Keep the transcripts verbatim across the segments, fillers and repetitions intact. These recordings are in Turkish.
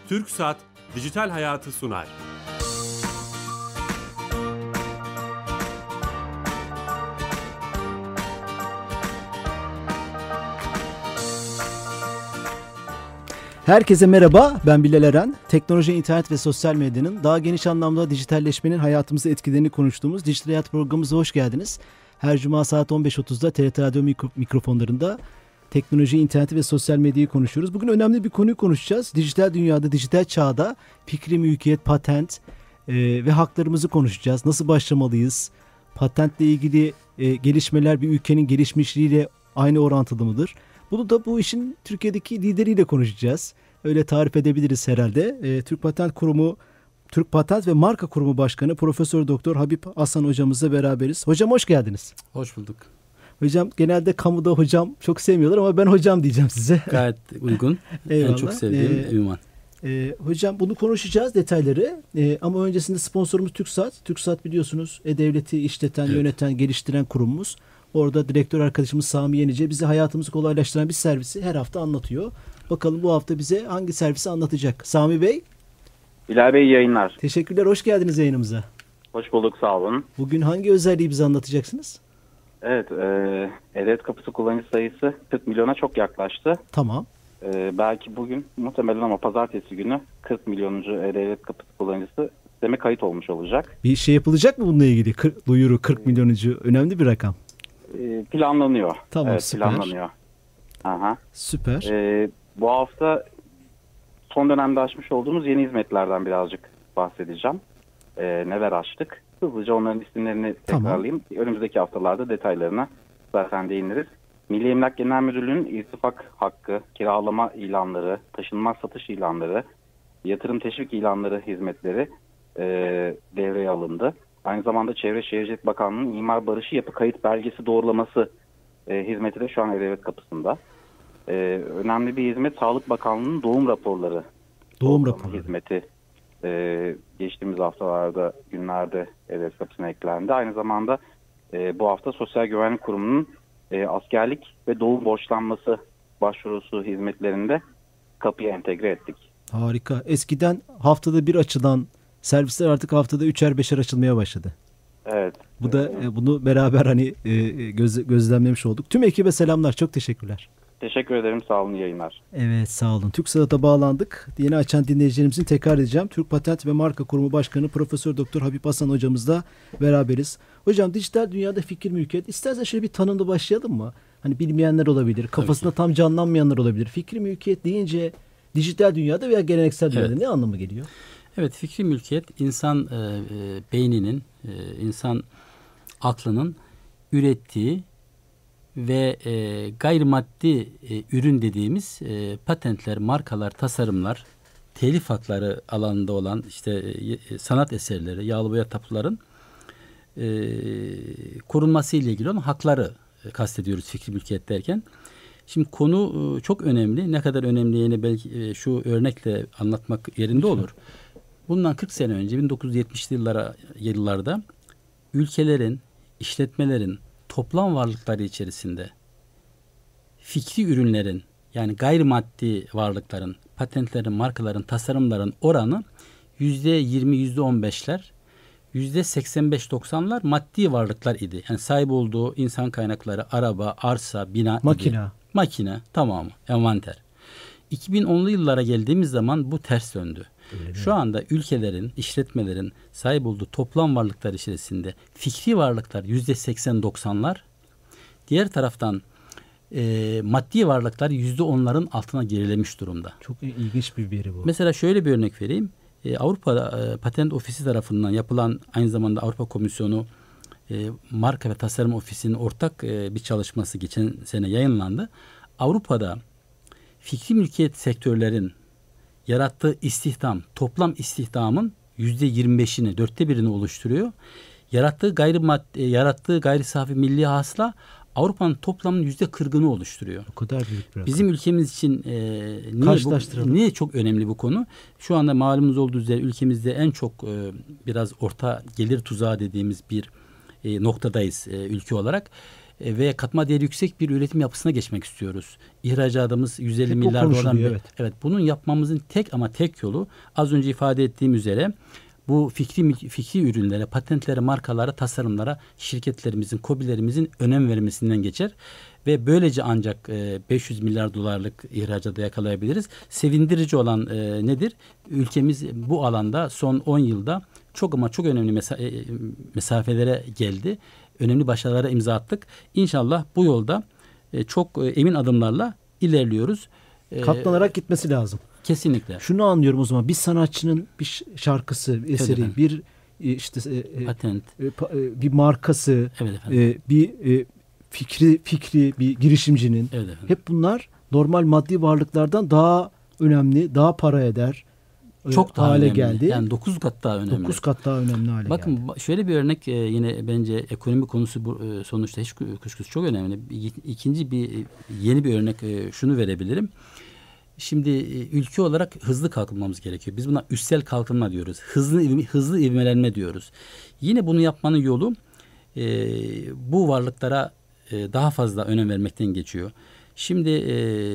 TürkSat Dijital Hayatı sunar. Herkese merhaba, ben Bilal Eren. Teknoloji, internet ve sosyal medyanın daha geniş anlamda dijitalleşmenin hayatımıza etkilerini konuştuğumuz Dijital Hayat programımıza hoş geldiniz. Her cuma saat on beş otuzda T R T Radyo mikro- mikrofonlarında teknoloji, interneti ve sosyal medyayı konuşuyoruz. Bugün önemli bir konuyu konuşacağız. Dijital dünyada, dijital çağda fikri mülkiyet, patent e, ve haklarımızı konuşacağız. Nasıl başlamalıyız? Patentle ilgili e, gelişmeler bir ülkenin gelişmişliğiyle aynı orantılı mıdır? Bunu da bu işin Türkiye'deki lideriyle konuşacağız. Öyle tarif edebiliriz herhalde. E, Türk Patent Kurumu, Türk Patent ve Marka Kurumu Başkanı Profesör Doktor Habip Hasan hocamızla beraberiz. Hocam hoş geldiniz. Hoş bulduk. Hocam genelde kamuda hocam çok sevmiyorlar ama ben hocam diyeceğim size. Gayet uygun. En çok sevdiğim ee, ünvan. E, hocam bunu konuşacağız detayları e, ama öncesinde sponsorumuz TürkSat. TürkSat biliyorsunuz e-devleti işleten, evet. yöneten, geliştiren kurumumuz. Orada direktör arkadaşımız Sami Yenice bize hayatımızı kolaylaştıran bir servisi her hafta anlatıyor. Bakalım bu hafta bize hangi servisi anlatacak? Sami Bey. Bilal Bey yayınlar. Teşekkürler. Hoş geldiniz yayınımıza. Hoş bulduk. Sağ olun. Bugün hangi özelliği bize anlatacaksınız? Evet. E, E-Devlet Kapısı kullanıcı sayısı kırk milyona çok yaklaştı. Tamam. E, belki bugün muhtemelen ama pazartesi günü kırk milyonuncu E-Devlet Kapısı kullanıcısı sisteme kayıt olmuş olacak. Bir şey yapılacak mı bununla ilgili? kırk, duyuru kırk milyonuncu önemli bir rakam. E, planlanıyor. Tamam, evet, süper. Planlanıyor. Aha. Süper. E, bu hafta son dönemde açmış olduğumuz yeni hizmetlerden birazcık bahsedeceğim. E, neler açtık? Hızlıca onların isimlerini Tamam. tekrarlayayım. Önümüzdeki haftalarda detaylarına zaten değiniriz. Milli Emlak Genel Müdürlüğü'nün irtifak hakkı, kiralama ilanları, taşınmaz satış ilanları, yatırım teşvik ilanları hizmetleri e, devreye alındı. Aynı zamanda Çevre Şehircilik Bakanlığı'nın imar barışı yapı kayıt belgesi doğrulaması e, hizmeti de şu an E-Devlet Kapısı'nda. E, önemli bir hizmet Sağlık Bakanlığı'nın doğum raporları Doğum raporu hizmeti e, geçtiğimiz haftalarda, günlerde E-Devlet Kapısı'na eklendi. Aynı zamanda e, bu hafta Sosyal Güvenlik Kurumu'nun e, askerlik ve doğum borçlanması başvurusu hizmetlerinde kapıya entegre ettik. Harika. Eskiden haftada bir açılan servisler artık haftada üçer beşer açılmaya başladı. Evet. Bu da e, bunu beraber hani e, göz, gözlemlemiş olduk. Tüm ekibe selamlar. Çok teşekkürler. Teşekkür ederim. Sağ olun, yayınlar. Evet, sağ olun. TürkSat'a bağlandık. Yeni açan dinleyicilerimizin tekrar edeceğim. Türk Patent ve Marka Kurumu Başkanı Profesör Doktor Habip Hasan hocamızla beraberiz. Hocam dijital dünyada fikir mülkiyet. İstersen şöyle bir tanımla başlayalım mı? Hani bilmeyenler olabilir. Kafasında tam canlanmayanlar olabilir. Fikri mülkiyet deyince dijital dünyada veya geleneksel dünyada evet. ne anlamı geliyor? Evet, fikri mülkiyet insan e, e, beyninin, e, insan aklının ürettiği ve e, gayrimaddi e, ürün dediğimiz e, patentler, markalar, tasarımlar, telif hakları alanında olan işte e, sanat eserleri, yağlı boya tapuların e, korunması ile ilgili olan hakları e, kastediyoruz fikri mülkiyet derken. Şimdi konu e, çok önemli. Ne kadar önemliyini belki e, şu örnekle anlatmak yerinde olur. Bundan kırk sene önce bin dokuz yüz yetmişli yıllara, yıllarda ülkelerin, işletmelerin toplam varlıkları içerisinde fikri ürünlerin yani gayrimaddi varlıkların, patentlerin, markaların, tasarımların oranı yüzde yirmi, yüzde on beşler, yüzde seksen beş doksanlar maddi varlıklar idi. Yani sahip olduğu insan kaynakları, araba, arsa, bina Makine. idi. Makine tamamı, envanter. iki bin onlu yıllara geldiğimiz zaman bu ters döndü. Öyle Şu anda ülkelerin, işletmelerin sahip olduğu toplam varlıklar içerisinde fikri varlıklar yüzde seksen doksanlar, diğer taraftan e, maddi varlıklar yüzde onların altına gerilemiş durumda. Çok ilginç bir veri bu. Mesela şöyle bir örnek vereyim. E, Avrupa e, Patent Ofisi tarafından yapılan, aynı zamanda Avrupa Komisyonu e, Marka ve Tasarım Ofisi'nin ortak e, bir çalışması geçen sene yayınlandı. Avrupa'da fikri mülkiyet sektörlerin yarattığı istihdam, toplam istihdamın yüzde yirmi beşini, dörtte birini oluşturuyor. Yarattığı gayrimaddi, yarattığı gayri safi milli hasıla Avrupa'nın toplamının yüzde kırkını oluşturuyor. O kadar büyük bir rakam. Bizim ülkemiz için e, niye, bu, niye çok önemli bu konu? Şu anda malumunuz olduğu üzere ülkemizde en çok e, biraz orta gelir tuzağı dediğimiz bir e, noktadayız e, ülke olarak. e, ve katma değeri yüksek bir üretim yapısına geçmek istiyoruz. İhracatımız yüz elli Hep o milyar dolar. konuşuluyor, evet. Evet, bunun yapmamızın tek ama tek yolu az önce ifade ettiğim üzere bu fikri fikri ürünlere, patentlere, markalara, tasarımlara şirketlerimizin, KOBİ'lerimizin önem vermesinden geçer. Ve böylece ancak e, beş yüz milyar dolarlık ihracata yakalayabiliriz. Sevindirici olan e, nedir? Ülkemiz bu alanda son on yılda çok ama çok önemli mesa- e, mesafelere geldi. Önemli başarılara imza attık. İnşallah bu yolda e, çok e, emin adımlarla ilerliyoruz. E, Katlanarak gitmesi lazım. Kesinlikle. Şunu anlıyorum o zaman. Bir sanatçının bir şarkısı, eseri, efendim. bir e, işte e, Patent. e, pa- e, bir markası, Evet efendim. e, bir e, fikri fikri bir girişimcinin Evet efendim. hep bunlar normal maddi varlıklardan daha önemli, daha para eder. e, Çok daha hale önemli. geldi. Yani dokuz kat daha önemli. dokuz kat daha önemli hale Bakın geldi. ba- şöyle bir örnek e, yine bence ekonomi konusu bu, e, sonuçta hiç kü- kuşkusuz çok önemli. Bir- İkinci bir e, yeni bir örnek e, şunu verebilirim. Şimdi e, ülke olarak hızlı kalkınmamız gerekiyor. Biz buna üstsel kalkınma diyoruz. Hızlı ivme- hızlı ivmelenme diyoruz. Yine bunu yapmanın yolu e, bu varlıklara e, daha fazla önem vermekten geçiyor. Şimdi e,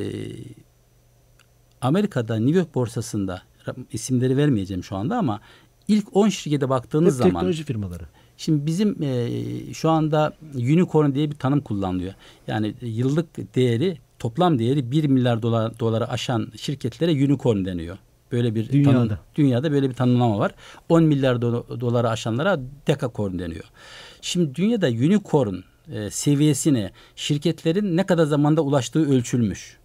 Amerika'da New York borsasında isimleri vermeyeceğim şu anda ama ilk on şirkete baktığınız Hep zaman teknoloji firmaları. şimdi bizim e, şu anda unicorn diye bir tanım kullanılıyor. Yani yıllık değeri, toplam değeri bir milyar dolar doları aşan şirketlere unicorn deniyor. Böyle bir Dünyada. tanım, dünyada böyle bir tanımlama var. on milyar do- doları aşanlara decacorn deniyor. Şimdi dünyada unicorn e, seviyesine şirketlerin ne kadar zamanda ulaştığı ölçülmüş.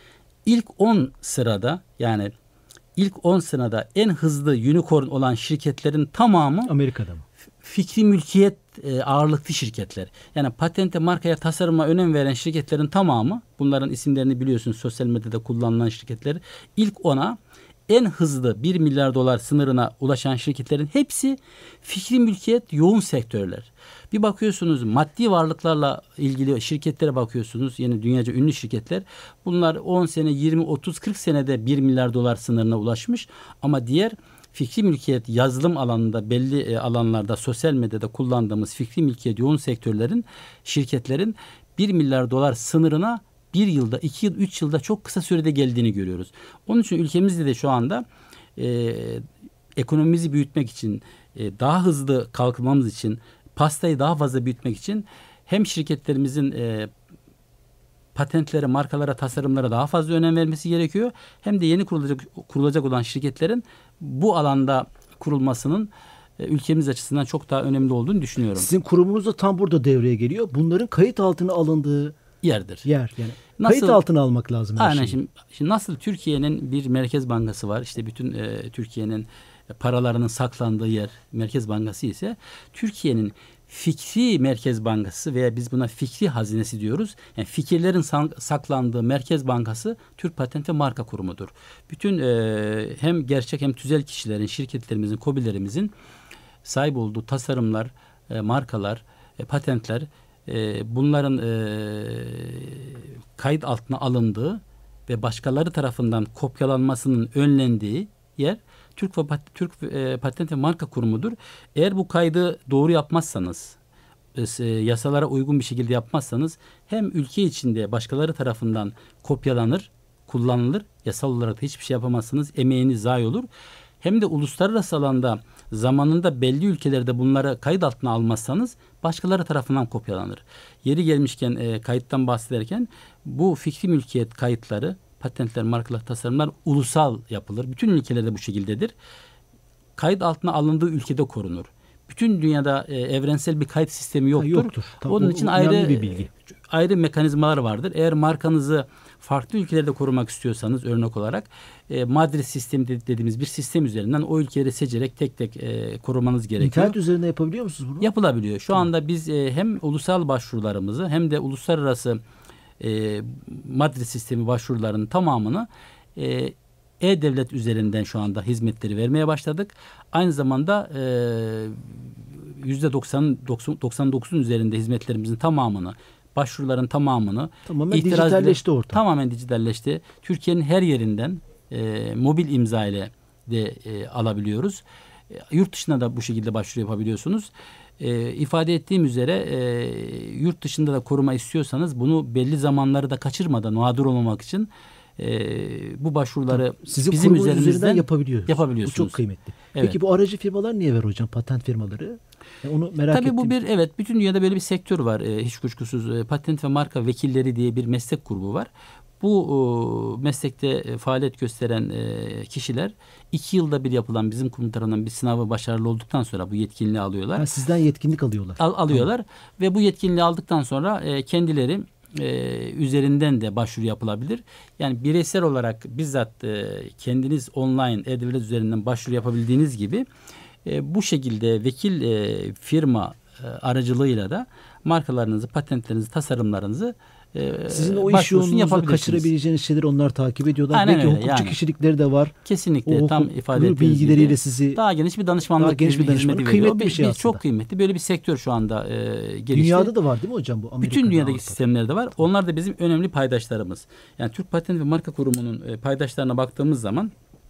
İlk on sırada yani ilk on sırada en hızlı unicorn olan şirketlerin tamamı Amerika'da mı? fikri mülkiyet e, ağırlıklı şirketler. Yani patente, markaya, tasarıma önem veren şirketlerin tamamı, bunların isimlerini biliyorsunuz, sosyal medyada kullanılan şirketler, ilk ona en hızlı bir milyar dolar sınırına ulaşan şirketlerin hepsi fikri mülkiyet yoğun sektörler. Bir bakıyorsunuz maddi varlıklarla ilgili şirketlere bakıyorsunuz. Yani dünyaca ünlü şirketler. Bunlar on sene, yirmi, otuz, kırk senede bir milyar dolar sınırına ulaşmış. Ama diğer fikri mülkiyet yazılım alanında belli e, alanlarda sosyal medyada kullandığımız fikri mülkiyet yoğun sektörlerin, şirketlerin bir milyar dolar sınırına bir yılda, iki yıl, üç yılda çok kısa sürede geldiğini görüyoruz. Onun için ülkemizde de şu anda e, ekonomimizi büyütmek için, e, daha hızlı kalkınmamız için, pastayı daha fazla büyütmek için hem şirketlerimizin e, patentlere, markalara, tasarımlara daha fazla önem vermesi gerekiyor. Hem de yeni kurulacak kurulacak olan şirketlerin bu alanda kurulmasının e, ülkemiz açısından çok daha önemli olduğunu düşünüyorum. Sizin kurumunuz da tam burada devreye geliyor. Bunların kayıt altına alındığı Yerdir. yer. Yani Nasıl- kayıt altına almak lazım her Aynen şeyi. şimdi, şimdi nasıl Türkiye'nin bir merkez bankası var. İşte bütün e, Türkiye'nin paralarının saklandığı yer Merkez Bankası ise Türkiye'nin fikri Merkez Bankası veya biz buna fikri hazinesi diyoruz. Yani fikirlerin san- saklandığı Merkez Bankası Türk Patent ve Marka Kurumu'dur. Bütün e, hem gerçek hem tüzel kişilerin, şirketlerimizin, KOBİ'lerimizin sahip olduğu tasarımlar, e, markalar, e, patentler, e, bunların e, kayıt altına alındığı ve başkaları tarafından kopyalanmasının önlendiği yer Türk ve Pat- Türk e, Patent ve Marka Kurumu'dur. Eğer bu kaydı doğru yapmazsanız, e, yasalara uygun bir şekilde yapmazsanız hem ülke içinde başkaları tarafından kopyalanır, kullanılır. Yasal olarak da hiçbir şey yapamazsınız. Emeğiniz zayi olur. Hem de uluslararası alanda zamanında belli ülkelerde bunları kayıt altına almazsanız başkaları tarafından kopyalanır. Yeri gelmişken e, kayıttan bahsederken bu fikri mülkiyet kayıtları, patentler, markalar, tasarımlar ulusal yapılır. Bütün ülkelerde bu şekildedir. Kayıt altına alındığı ülkede korunur. Bütün dünyada e, evrensel bir kayıt sistemi yoktur. Ha, yoktur. Tamam, Onun o- için o ayrı önemli bir bilgi. ayrı mekanizmalar vardır. Eğer markanızı farklı ülkelerde korumak istiyorsanız örnek olarak e, Madrid sistemi dediğimiz bir sistem üzerinden o ülkeleri seçerek tek tek e, korumanız gerekiyor. İnternet üzerinde yapabiliyor musunuz bunu? Yapılabiliyor. Şu anda biz e, hem ulusal başvurularımızı hem de uluslararası e, Madrid sistemi başvurularının tamamını e, E-Devlet üzerinden şu anda hizmetleri vermeye başladık. Aynı zamanda e, yüzde doksan doksan dokuzun üzerinde hizmetlerimizin tamamını, başvuruların tamamını Tamamen itiraz dijitalleşti bile- ortam. Tamamen dijitalleşti. Türkiye'nin her yerinden e, mobil imza ile de e, alabiliyoruz. E, yurt dışına da bu şekilde başvuru yapabiliyorsunuz. E, ifade ettiğim üzere e, yurt dışında da koruma istiyorsanız bunu belli zamanları da kaçırmadan mağdur olmamak için e, bu başvuruları Sizin bizim üzerinden üzerimizden yapabiliyoruz. yapabiliyorsunuz. Bu çok kıymetli. Evet. Peki bu aracı firmalar niye var hocam? Patent firmaları. Yani onu merak Tabii ettim. bu bir evet bütün dünyada böyle bir sektör var. E, hiç kuşkusuz e, patent ve marka vekilleri diye bir meslek grubu var. Bu e, meslekte e, faaliyet gösteren e, kişiler iki yılda bir yapılan bizim kurum tarafından bir sınavı başarılı olduktan sonra bu yetkinliği alıyorlar. Ha, sizden yetkinlik alıyorlar. Al, alıyorlar tamam. Ve bu yetkinliği aldıktan sonra e, kendileri e, üzerinden de başvuru yapılabilir. Yani bireysel olarak bizzat e, kendiniz online e-devlet üzerinden başvuru yapabildiğiniz gibi e, bu şekilde vekil e, firma e, aracılığıyla da markalarınızı, patentlerinizi, tasarımlarınızı sizin o iş yoğunluğunuzda kaçırabileceğiniz şeyleri onlar takip ediyorlar. Aynen Belki öyle, hukukçu yani. kişilikleri de var. Kesinlikle o tam ifade ettiğiniz bilgileriyle gibi sizi daha geniş bir danışmanlık daha geniş bir danışmanlık hizmeti kıymetli veriyor. bir şey bir, aslında. Çok kıymetli. Böyle bir sektör şu anda e, gelişti. Dünyada da var değil mi hocam bu? Amerika'da, bütün dünyadaki Avrupa'da. sistemlerde var. Onlar da bizim önemli paydaşlarımız. Yani Türk Patent ve Marka Kurumu'nun e, paydaşlarına baktığımız zaman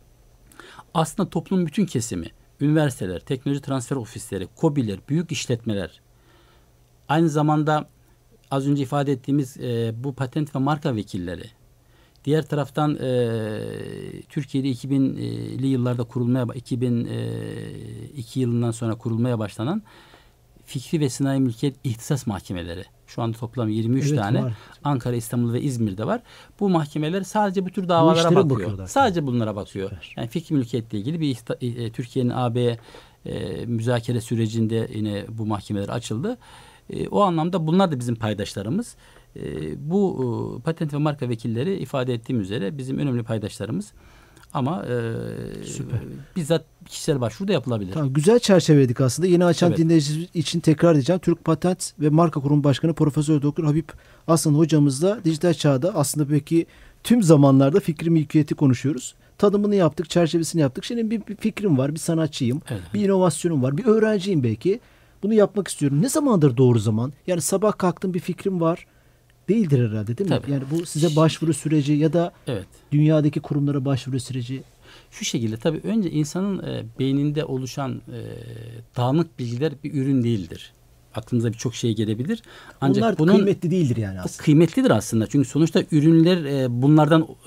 aslında toplumun bütün kesimi, üniversiteler, teknoloji transfer ofisleri, KOBİ'ler, büyük işletmeler, aynı zamanda az önce ifade ettiğimiz e, bu patent ve marka vekilleri. Diğer taraftan e, Türkiye'de iki binli yıllarda kurulmaya iki bin iki yılından sonra kurulmaya başlanan fikri ve sınai mülkiyet ihtisas mahkemeleri. Şu anda toplam yirmi üç evet, tane var. Ankara, İstanbul ve İzmir'de var. Bu mahkemeler sadece bu tür davalara bu bakıyor. Sadece tabii. bunlara bakıyor. Süper. Yani fikri mülkiyetle ilgili bir e, Türkiye'nin A B e, müzakere sürecinde yine bu mahkemeler açıldı. E, o anlamda bunlar da bizim paydaşlarımız. E, bu e, patent ve marka vekilleri ifade ettiğim üzere bizim önemli paydaşlarımız. Ama e, bizzat kişisel başvuru da yapılabilir. Tamam, güzel çerçeveledik aslında. Yeni açan evet. dinleyiciler için tekrar edeceğim. Türk Patent ve Marka Kurumu Başkanı Profesör Doktor Habib Aslan hocamızla dijital çağda aslında belki tüm zamanlarda fikri mülkiyeti konuşuyoruz. Tadımını yaptık, çerçevesini yaptık. Şimdi bir, bir fikrim var, bir sanatçıyım, evet. bir inovasyonum var, bir öğrenciyim belki. Bunu yapmak istiyorum. Ne zamandır doğru zaman? Yani sabah kalktım bir fikrim var. Değildir herhalde değil mi? Tabii. Yani bu size başvuru süreci ya da evet. dünyadaki kurumlara başvuru süreci. Şu şekilde tabii önce insanın e, beyninde oluşan e, dağınık bilgiler bir ürün değildir. Aklınıza birçok şey gelebilir. Ancak bunlar bunun kıymetli değildir yani aslında. Kıymetlidir aslında. Çünkü sonuçta ürünler e, bunlardan e,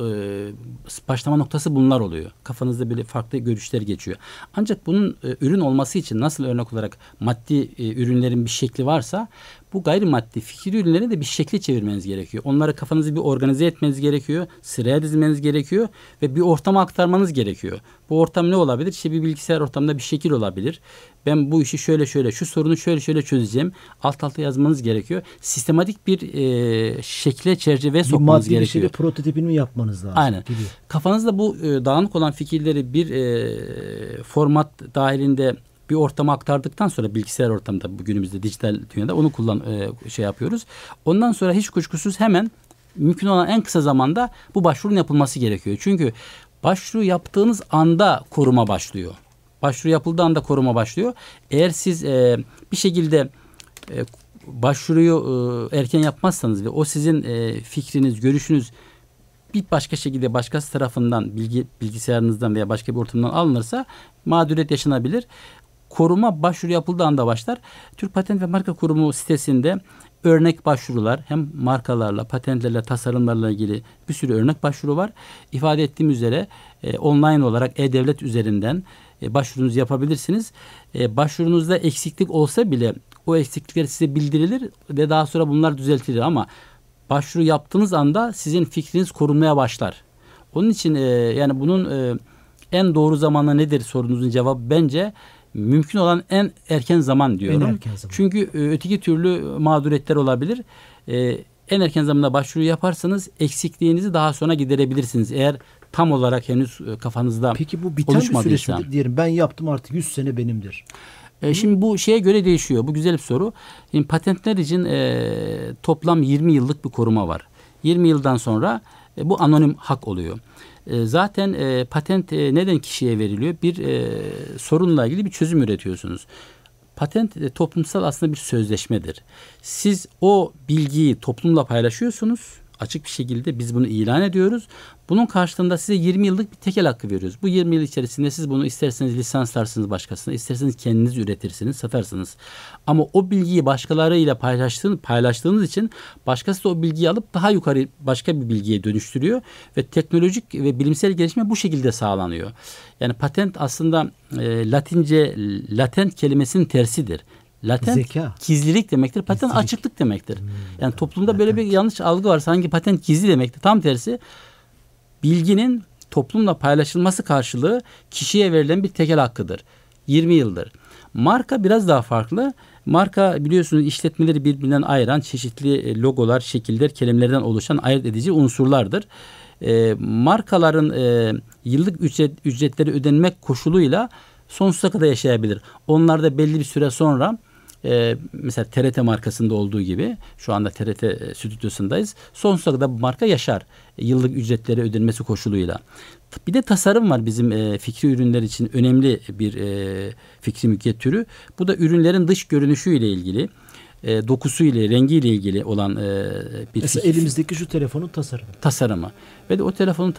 başlama noktası bunlar oluyor. Kafanızda böyle farklı görüşler geçiyor. Ancak bunun e, ürün olması için nasıl örnek olarak maddi e, ürünlerin bir şekli varsa bu gayrimaddi fikri ürünleri de bir şekle çevirmeniz gerekiyor. Onları kafanızı bir organize etmeniz gerekiyor. Sıraya dizmeniz gerekiyor ve bir ortama aktarmanız gerekiyor. Bu ortam ne olabilir? İşte bir bilgisayar ortamında bir şekil olabilir. Ben bu işi şöyle şöyle, şu sorunu şöyle şöyle çözeceğim. Alt alta yazmanız gerekiyor. Sistematik bir e, şekle, çerçeveye bir sokmanız maddi gerekiyor. bir şeyle prototipini yapmanız lazım. Aynen. Gibi. Kafanızda bu e, dağınık olan fikirleri bir e, format dahilinde bir ortama aktardıktan sonra bilgisayar ortamında bugünümüzde dijital dünyada onu kullan e, şey yapıyoruz. Ondan sonra hiç kuşkusuz hemen mümkün olan en kısa zamanda bu başvurunun yapılması gerekiyor. Çünkü başvuru yaptığınız anda koruma başlıyor. Başvuru yapıldığı anda koruma başlıyor. Eğer siz e, bir şekilde e, başvuruyu e, erken yapmazsanız ve o sizin e, fikriniz, görüşünüz bir başka şekilde başkası tarafından bilgi bilgisayarınızdan veya başka bir ortamdan alınırsa mağduriyet yaşanabilir. Koruma başvuru yapıldığı anda başlar. Türk Patent ve Marka Kurumu sitesinde örnek başvurular hem markalarla, patentlerle, tasarımlarla ilgili bir sürü örnek başvuru var. İfade ettiğim üzere e, online olarak e-devlet üzerinden e, başvurunuzu yapabilirsiniz. E, başvurunuzda eksiklik olsa bile o eksiklikler size bildirilir ve daha sonra bunlar düzeltilir ama başvuru yaptığınız anda sizin fikriniz korunmaya başlar. Onun için e, yani bunun e, en doğru zamanı nedir sorunuzun cevabı bence mümkün olan en erken zaman diyorum. En erken zaman. Çünkü e, öteki türlü mağduriyetler olabilir. E, en erken zamanda başvuru yaparsanız eksikliğinizi daha sonra giderebilirsiniz. Eğer tam olarak henüz e, kafanızda peki bu biten bir süreç oluşmadıysa. mi? Diyelim ben yaptım artık yüz sene benimdir. E, şimdi bu şeye göre değişiyor. Bu güzel bir soru. Şimdi patentler için e, toplam yirmi yıllık bir koruma var. yirmi yıldan sonra e, bu anonim hak oluyor. E, zaten e, patent e, neden kişiye veriliyor? Bir e, sorunla ilgili bir çözüm üretiyorsunuz. Patent e, toplumsal aslında bir sözleşmedir. Siz o bilgiyi toplumla paylaşıyorsunuz Açık bir şekilde biz bunu ilan ediyoruz. Bunun karşılığında size yirmi yıllık bir tekel hakkı veriyoruz. Bu yirmi yıl içerisinde siz bunu isterseniz lisanslarsınız başkasına, isterseniz kendiniz üretirsiniz, satarsınız. Ama o bilgiyi başkalarıyla paylaştığınız, paylaştığınız için başkası da o bilgiyi alıp daha yukarı başka bir bilgiye dönüştürüyor ve teknolojik ve bilimsel gelişme bu şekilde sağlanıyor. Yani patent aslında e, Latince latent kelimesinin tersidir. Latent Zeka. gizlilik demektir. Patent Gizlilik. açıklık demektir. Hmm, yani toplumda latent. böyle bir yanlış algı var. Sanki patent gizli demektir. Tam tersi, bilginin toplumla paylaşılması karşılığı kişiye verilen bir tekel hakkıdır. yirmi yıldır. Marka biraz daha farklı. Marka biliyorsunuz işletmeleri birbirinden ayıran çeşitli logolar, şekiller, kelimelerden oluşan ayırt edici unsurlardır. E, markaların e, yıllık ücret, ücretleri ödenmek koşuluyla sonsuza kadar yaşayabilir. Onlar da belli bir süre sonra e, mesela T R T markasında olduğu gibi, şu anda T R T stüdyosundayız. Sonsuza kadar bu marka yaşar. E, yıllık ücretleri ödenmesi koşuluyla. Bir de tasarım var bizim e, fikri ürünler için önemli bir e, fikri mülkiyet türü. Bu da ürünlerin dış görünüşüyle ilgili, e, dokusuyla, rengiyle ilgili olan e, bir Mesela fikir. elimizdeki şu telefonun tasarımı. tasarımı. Ve de o telefonun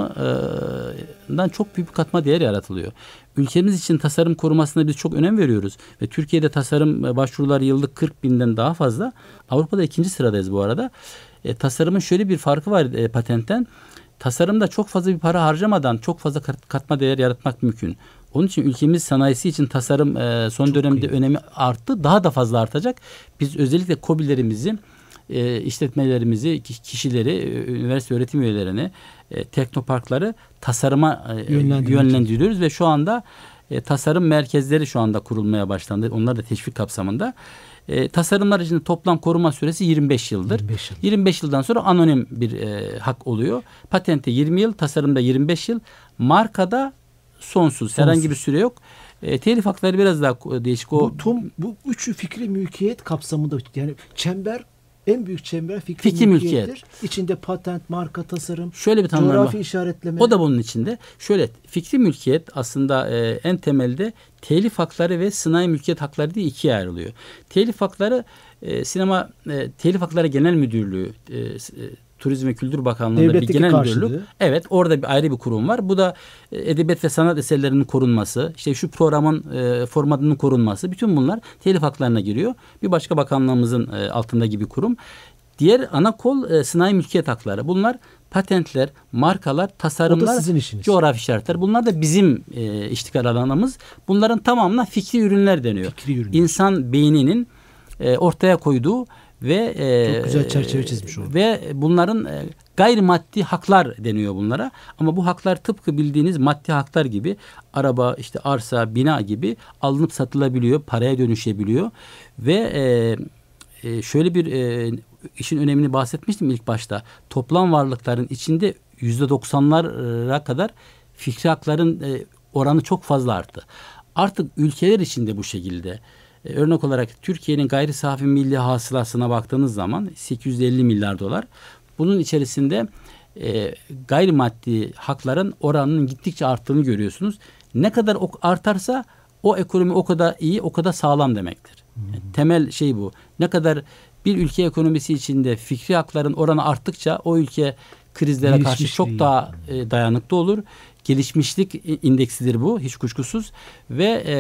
tasarımından çok büyük bir katma değer yaratılıyor. Ülkemiz için tasarım korumasına biz çok önem veriyoruz. Ve Türkiye'de tasarım başvuruları yıllık kırk binden daha fazla. Avrupa'da ikinci sıradayız bu arada. E, tasarımın şöyle bir farkı var e, patentten. Tasarımda çok fazla bir para harcamadan çok fazla katma değer yaratmak mümkün. Onun için ülkemiz sanayisi için tasarım e, son çok dönemde iyi. önemi arttı. Daha da fazla artacak. Biz özellikle KOBİ'lerimizi, e, işletmelerimizi, kişileri, e, üniversite öğretim üyelerini, e, teknoparkları tasarıma e, yönlendiriyoruz ve şu anda e, tasarım merkezleri şu anda kurulmaya başlandı. Onlar da teşvik kapsamında. E, tasarımlar için toplam koruma süresi yirmi beş yıldır. yirmi beş yıl. yirmi beş yıldan sonra anonim bir e, hak oluyor. Patente yirmi yıl, tasarımda yirmi beş yıl, markada sonsuz. Sonsuz. Herhangi bir süre yok. E, telif hakları biraz daha değişik. O Bu, tom, bu üçü fikri mülkiyet kapsamında, yani çember, en büyük çember fikri, Fikri mülkiyettir. mülkiyet. İçinde patent, marka, tasarım, şöyle bir tanımlama. coğrafi işaretleme. O da bunun içinde. Şöyle, fikri mülkiyet aslında e, en temelde telif hakları ve sınai mülkiyet hakları diye ikiye ayrılıyor. Telif hakları e, sinema e, telif hakları genel müdürlüğü, e, e, Turizm ve Kültür Bakanlığı'nda Devletteki bir genel karşılığı. müdürlük. Evet, orada bir ayrı bir kurum var. Bu da e, edebiyat ve sanat eserlerinin korunması, işte şu programın e, formatının korunması, bütün bunlar telif haklarına giriyor. Bir başka bakanlığımızın e, altında gibi kurum. Diğer ana kol e, sınai mülkiyet hakları. Bunlar patentler, markalar, tasarımlar, coğrafi işaretler. Bunlar da bizim e, iştikal alanımız. Bunların tamamına fikri ürünler deniyor. Fikri ürünler. İnsan beyninin e, ortaya koyduğu ve e, çok güzel çerçeve çizmiş oldu. Ve bunların e, gayrimaddi haklar deniyor bunlara. Ama bu haklar tıpkı bildiğiniz maddi haklar gibi, araba, işte arsa, bina gibi alınıp satılabiliyor, paraya dönüşebiliyor ve e, e, şöyle bir e, işin önemini bahsetmiştim ilk başta. Toplam varlıkların içinde yüzde doksanlara kadar fikri hakların e, oranı çok fazla arttı. Artık ülkeler içinde bu şekilde. E, örnek olarak Türkiye'nin gayri safi milli hasılasına baktığınız zaman sekiz yüz elli milyar dolar. Bunun içerisinde e, gayrimaddi hakların oranının gittikçe arttığını görüyorsunuz. Ne kadar artarsa o ekonomi o kadar iyi, o kadar sağlam demektir. Yani temel şey bu. Ne kadar bir ülke ekonomisi içinde fikri hakların oranı arttıkça o ülke krizlere karşı çok daha e, dayanıklı olur. Gelişmişlik indeksidir bu, hiç kuşkusuz. Ve e,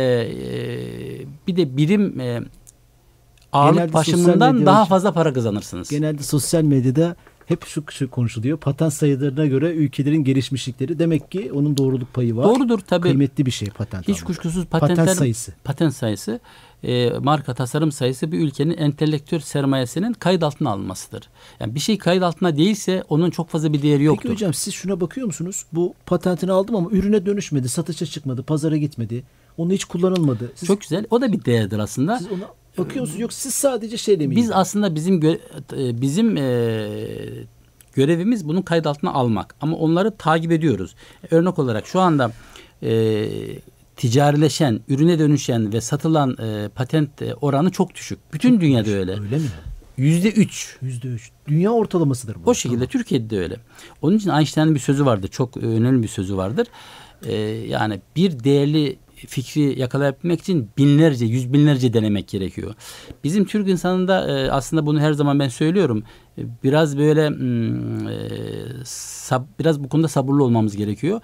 e, bir de birim e, ağırlık Genelde başımından daha fazla para kazanırsınız. Genelde sosyal medyada hep şu, şu konuşuluyor. Patent sayılarına göre ülkelerin gelişmişlikleri. Demek ki onun doğruluk payı var. Doğrudur tabii. Kıymetli bir şey patent. Hiç almak. kuşkusuz patentler, patent sayısı. Patent sayısı, e, marka tasarım sayısı bir ülkenin entelektüel sermayesinin kayıt altına alınmasıdır. Yani bir şey kayıt altına değilse onun çok fazla bir değeri yoktur. Peki hocam, siz şuna bakıyor musunuz? Bu patentini aldım ama ürüne dönüşmedi, satışa çıkmadı, pazara gitmedi. Onu hiç kullanılmadı. Siz, çok güzel. O da bir değerdir aslında. Siz ona bakıyor musunuz? Yoksa siz sadece şeyle mi? Biz aslında bizim gö- bizim e, görevimiz bunun kayıt altına almak. Ama onları takip ediyoruz. Örnek olarak şu anda e, ticarileşen, ürüne dönüşen ve satılan e, patent e, oranı çok düşük. Bütün çok dünyada düşük. öyle. Öyle mi? Yüzde üç. Yüzde üç. Dünya ortalamasıdır bu. O şekilde tamam. Türkiye'de de öyle. Onun için Einstein'ın bir sözü vardır. Çok önemli bir sözü vardır. Ee, yani bir değerli fikri yakalayabilmek için binlerce, yüz binlerce denemek gerekiyor. Bizim Türk insanında e, aslında bunu her zaman ben söylüyorum. E, biraz böyle e, sab, biraz bu konuda sabırlı olmamız gerekiyor.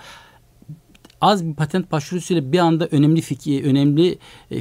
Az bir patent başvurusuyla bir anda önemli fikir, önemli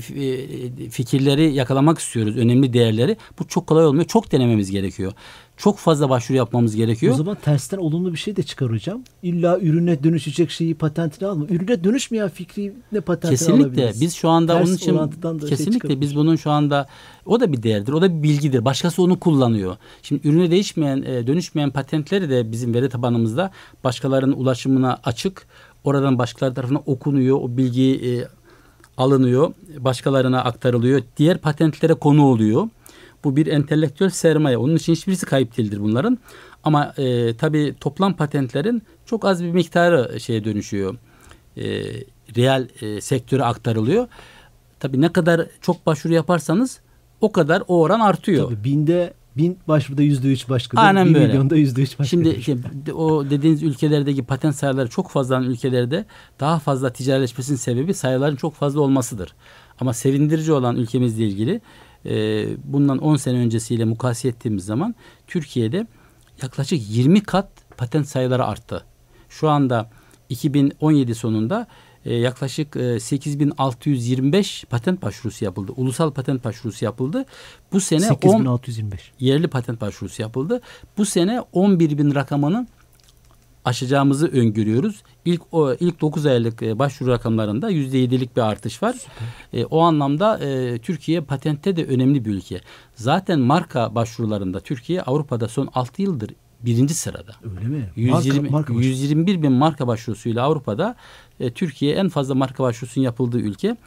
fikirleri yakalamak istiyoruz, önemli değerleri. Bu çok kolay olmuyor. Çok denememiz gerekiyor. Çok fazla başvuru yapmamız gerekiyor. O zaman tersten olumlu bir şey de çıkar hocam. İlla ürüne dönüşecek şeyi patentine alma. Ürüne dönüşmeyen fikri ne patentine kesinlikle. alabiliriz? Biz şu anda Ters onun için kesinlikle şey biz bunun şu anda o da bir değerdir. O da bir bilgidir. Başkası onu kullanıyor. Şimdi ürüne değişmeyen, dönüşmeyen patentleri de bizim veri tabanımızda başkalarının ulaşımına açık. Oradan başkaları tarafından okunuyor. O bilgi e, alınıyor. Başkalarına aktarılıyor. Diğer patentlere konu oluyor. Bu bir entelektüel sermaye. Onun için hiçbirisi kayıp değildir bunların. Ama e, tabii toplam patentlerin çok az bir miktarı şeye dönüşüyor. E, reel e, sektöre aktarılıyor. Tabii ne kadar çok başvuru yaparsanız o kadar o oran artıyor. Tabii binde bin başvuruda yüzde üç başkadır. Aynen bir böyle. milyonda yüzde üç başkadır. Şimdi işte, o dediğiniz ülkelerdeki patent sayıları çok fazla olan ülkelerde daha fazla ticaretleşmesinin sebebi sayıların çok fazla olmasıdır. Ama sevindirici olan ülkemizle ilgili e, bundan on sene öncesiyle mukayese ettiğimiz zaman Türkiye'de yaklaşık yirmi kat patent sayıları arttı. Şu anda iki bin on yedi sonunda e, yaklaşık e, sekiz bin altı yüz yirmi beş patent başvurusu yapıldı. Ulusal patent başvurusu yapıldı. Bu sene sekiz bin altı yüz yirmi beş yerli patent başvurusu yapıldı. Bu sene on bir bin rakamını aşacağımızı öngörüyoruz. İlk o ilk dokuz aylık e, başvuru rakamlarında yüzde yedilik bir artış var. E, o anlamda e, Türkiye patente de önemli bir ülke. Zaten marka başvurularında Türkiye Avrupa'da son altı yıldır birinci sırada. Öyle mi? yüz yirmi, marka, marka yüz yirmi bir bin marka başvurusuyla Avrupa'da e, Türkiye en fazla marka başvurusunun yapıldığı ülke.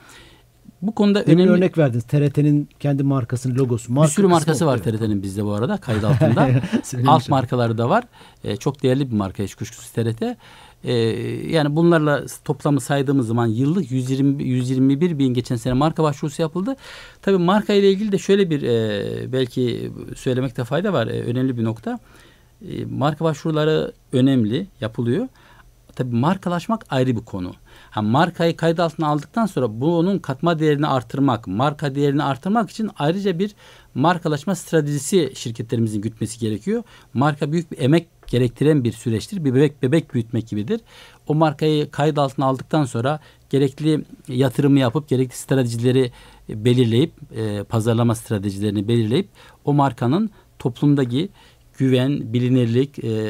Bu konuda Demin önemli örnek verdiniz. T R T'nin kendi markasının logosu. Marka bir sürü markası kısmı var o. T R T'nin bizde bu arada kayıt altında. Alt markaları da var. E, çok değerli bir marka hiç kuşkusuz T R T. E, yani bunlarla toplamı saydığımız zaman yıllık yüz yirmi, yüz yirmi bir bin geçen sene marka başvurusu yapıldı. Tabii marka ile ilgili de şöyle bir e, belki söylemekte fayda var. E, önemli bir nokta. E, marka başvuruları önemli, yapılıyor. Tabii markalaşmak ayrı bir konu. Ha, markayı kayıt altına aldıktan sonra bunun katma değerini artırmak, marka değerini artırmak için ayrıca bir markalaşma stratejisi şirketlerimizin gütmesi gerekiyor. Marka büyük bir emek gerektiren bir süreçtir. Bir bebek bebek büyütmek gibidir. O markayı kayıt altına aldıktan sonra gerekli yatırımı yapıp gerekli stratejileri belirleyip e, pazarlama stratejilerini belirleyip o markanın toplumdaki güven, bilinirlik e,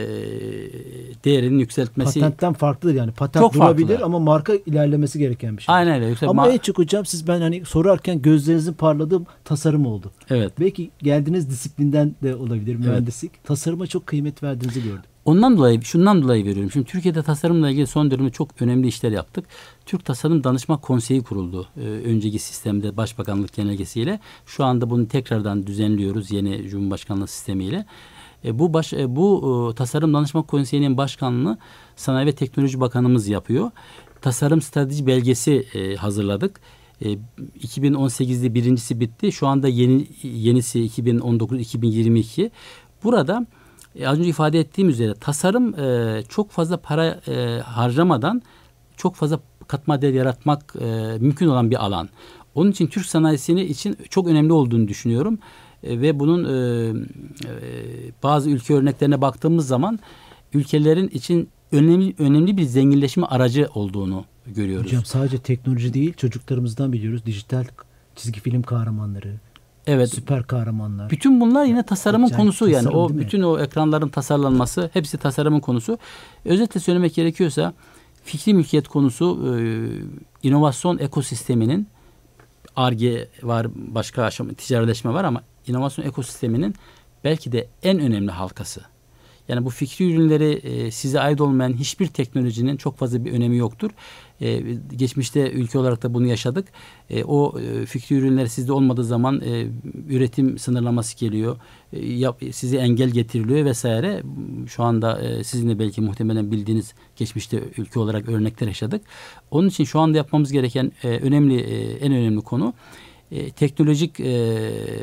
değerinin yükseltmesi. Patentten farklıdır yani. Patent çok durabilir farklı. Ama marka ilerlemesi gereken bir şey. Aynen öyle. Yoksa ama ma- en çok hocam siz ben hani sorarken gözlerinizin parladığı tasarım oldu. Evet. Belki geldiğiniz disiplinden de olabilir mühendislik. Evet. Tasarıma çok kıymet verdiğinizi gördüm. Ondan dolayı, şundan dolayı veriyorum. Şimdi Türkiye'de tasarımla ilgili son dönemde çok önemli işler yaptık. Türk Tasarım Danışma Konseyi kuruldu. Ee, önceki sistemde Başbakanlık genelgesiyle. Şu anda bunu tekrardan düzenliyoruz yeni Cumhurbaşkanlığı sistemiyle. E, bu baş, e, bu e, Tasarım Danışma Konseyi'nin başkanlığını Sanayi ve Teknoloji Bakanımız yapıyor. Tasarım strateji belgesi e, hazırladık. E, iki bin on sekizde birincisi bitti. Şu anda yeni yenisi iki bin on dokuz iki bin yirmi iki. Burada e, az önce ifade ettiğim üzere tasarım e, çok fazla para e, harcamadan çok fazla katma değer yaratmak e, mümkün olan bir alan. Onun için Türk sanayisini için çok önemli olduğunu düşünüyorum. E, ve bunun e, e, bazı ülke örneklerine baktığımız zaman ülkelerin için önemli önemli bir zenginleşme aracı olduğunu görüyoruz. Hocam sadece teknoloji değil, çocuklarımızdan biliyoruz. Dijital çizgi film kahramanları, evet, süper kahramanlar. Bütün bunlar yine tasarımın Acayip konusu yani. tasarım, O bütün o ekranların tasarlanması hepsi tasarımın konusu. Özetle söylemek gerekiyorsa fikri mülkiyet konusu e, inovasyon ekosisteminin Ar-Ge var, başka aşama ticaretleşme var ama inovasyon ekosisteminin belki de en önemli halkası. Yani bu fikri ürünleri e, size ait olmayan hiçbir teknolojinin çok fazla bir önemi yoktur. E, geçmişte ülke olarak da bunu yaşadık. E, o e, fikri ürünler sizde olmadığı zaman e, üretim sınırlaması geliyor. E, yap, size engel getiriliyor vesaire. Şu anda e, sizin de belki muhtemelen bildiğiniz geçmişte ülke olarak örnekler yaşadık. Onun için şu anda yapmamız gereken e, önemli e, en önemli konu E, teknolojik e,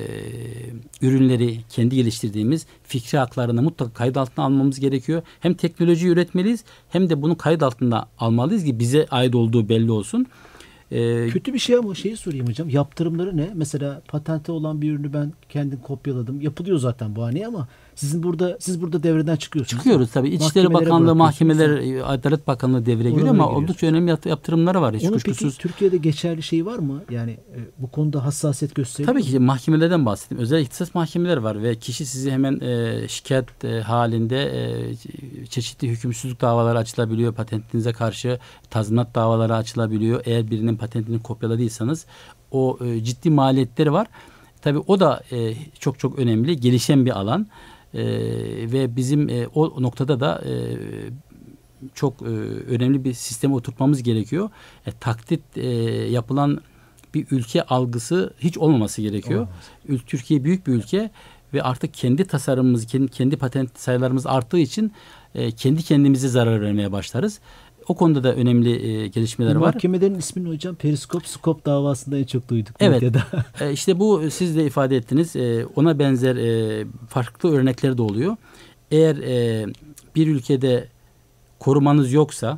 ürünleri kendi geliştirdiğimiz fikri haklarını mutlaka kayıt altına almamız gerekiyor. Hem teknolojiyi üretmeliyiz hem de bunu kayıt altına almalıyız ki bize ait olduğu belli olsun. E, Kötü bir şey ama şeyi sorayım hocam. Yaptırımları ne? Mesela patente olan bir ürünü ben kendim kopyaladım. Yapılıyor zaten bu hani ama sizin burada siz burada devreden çıkıyorsunuz. Çıkıyoruz tabii. İçişleri Mahkemelere Bakanlığı, bırakıyorsunuz. mahkemeler, Adalet Bakanlığı devreye giriyor Oralara ama giriyor. oldukça önemli yat- yaptırımları var. Hiç Onun kuşkusuz. peki Türkiye'de geçerli şey var mı? Yani e, bu konuda hassasiyet gösteriyor Tabii mu? ki mahkemelerden bahsettim. Özel ihtisas mahkemeleri var ve kişi sizi hemen e, şikayet e, halinde e, çeşitli hükümsüzlük davaları açılabiliyor. Patentinize karşı tazminat davaları açılabiliyor. Eğer birinin patentini kopyaladıysanız o e, ciddi maliyetleri var. Tabii o da e, çok çok önemli. Gelişen bir alan. E, ve bizim e, o noktada da e, çok e, önemli bir sisteme oturtmamız gerekiyor. E, taklit e, yapılan bir ülke algısı hiç olmaması gerekiyor. Ül- Türkiye büyük bir ülke ve artık kendi tasarımımız, kendi, kendi patent sayılarımız arttığı için e, kendi kendimize zarar vermeye başlarız. O konuda da önemli e, gelişmeler Bu var. mahkemelerin ismini hocam Periskop Skop davasında en çok duyduk. Evet. Medyada. E, işte bu siz de ifade ettiniz. E, ona benzer e, farklı örnekler de oluyor. Eğer e, bir ülkede korumanız yoksa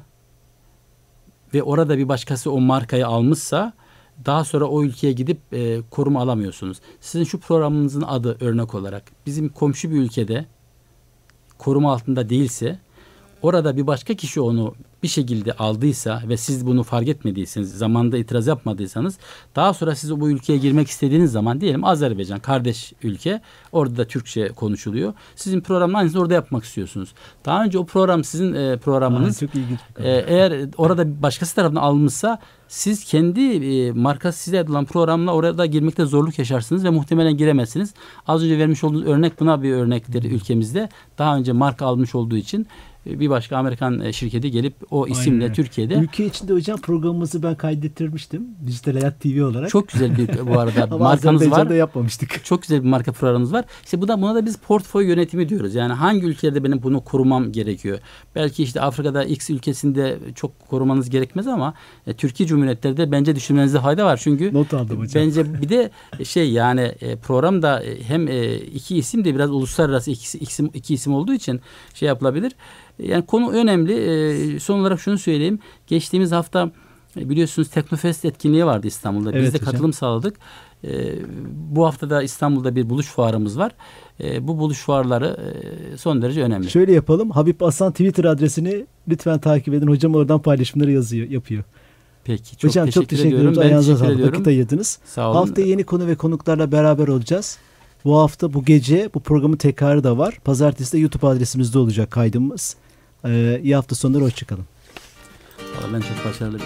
ve orada bir başkası o markayı almışsa daha sonra o ülkeye gidip e, koruma alamıyorsunuz. Sizin şu programınızın adı örnek olarak bizim komşu bir ülkede koruma altında değilse orada bir başka kişi onu bir şekilde aldıysa ve siz bunu fark etmediyseniz, zamanında itiraz yapmadıysanız daha sonra siz bu ülkeye girmek istediğiniz zaman diyelim Azerbaycan kardeş ülke, orada da Türkçe konuşuluyor. Sizin programın aynısını orada yapmak istiyorsunuz. Daha önce o program sizin e, programınız. Aa, çok ilginç bir konu. e, eğer orada başkası tarafından alınmışsa siz kendi e, markası size adılan programla orada girmekte zorluk yaşarsınız ve muhtemelen giremezsiniz. Az önce vermiş olduğunuz örnek buna bir örnektir ülkemizde. Daha önce marka almış olduğu için bir başka Amerikan şirketi gelip o isimle Aynen. Türkiye'de. Ülke içinde hocam programımızı ben kaydettirmiştim. Dijital Hayat T V olarak. Çok güzel bir bu arada Ama markanız var. Azerbaycan'da yapmamıştık. Çok güzel bir marka programımız var. İşte bu da buna da biz portföy yönetimi diyoruz. Yani hangi ülkelerde benim bunu korumam gerekiyor? Belki işte Afrika'da X ülkesinde çok korumanız gerekmez ama e, Türkiye Cumhuriyetler'de bence düşünmenizde fayda var. Çünkü Not aldım hocam. bence bir de şey yani e, programda e, hem e, iki isim de biraz uluslararası iki, iki, isim, iki isim olduğu için şey yapılabilir. Yani konu önemli. E, son olarak şunu söyleyeyim. Geçtiğimiz hafta e, biliyorsunuz Teknofest etkinliği vardı İstanbul'da. Biz Evet de hocam. katılım sağladık. E, bu hafta da İstanbul'da bir buluş fuarımız var. E, bu buluş fuarları e, son derece önemli. Şöyle yapalım. Habib Aslan Twitter adresini lütfen takip edin. Hocam oradan paylaşımları yazıyor, yapıyor. Peki. Çok Hocam teşekkür, çok teşekkür ediyorum. ediyoruz. Ben Ayağınıza teşekkür sağlık. ediyorum. Vakit ayırdınız. Sağ olun. Haftaya yeni konu ve konuklarla beraber olacağız. Bu hafta bu gece bu programın tekrarı da var. Pazartesi de YouTube adresimizde olacak kaydımız. Ee, iyi hafta sonları. Hoşçakalın. Vallahi ben çok başarılı.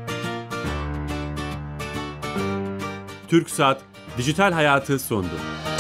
TürkSat Dijital Hayatı sundu.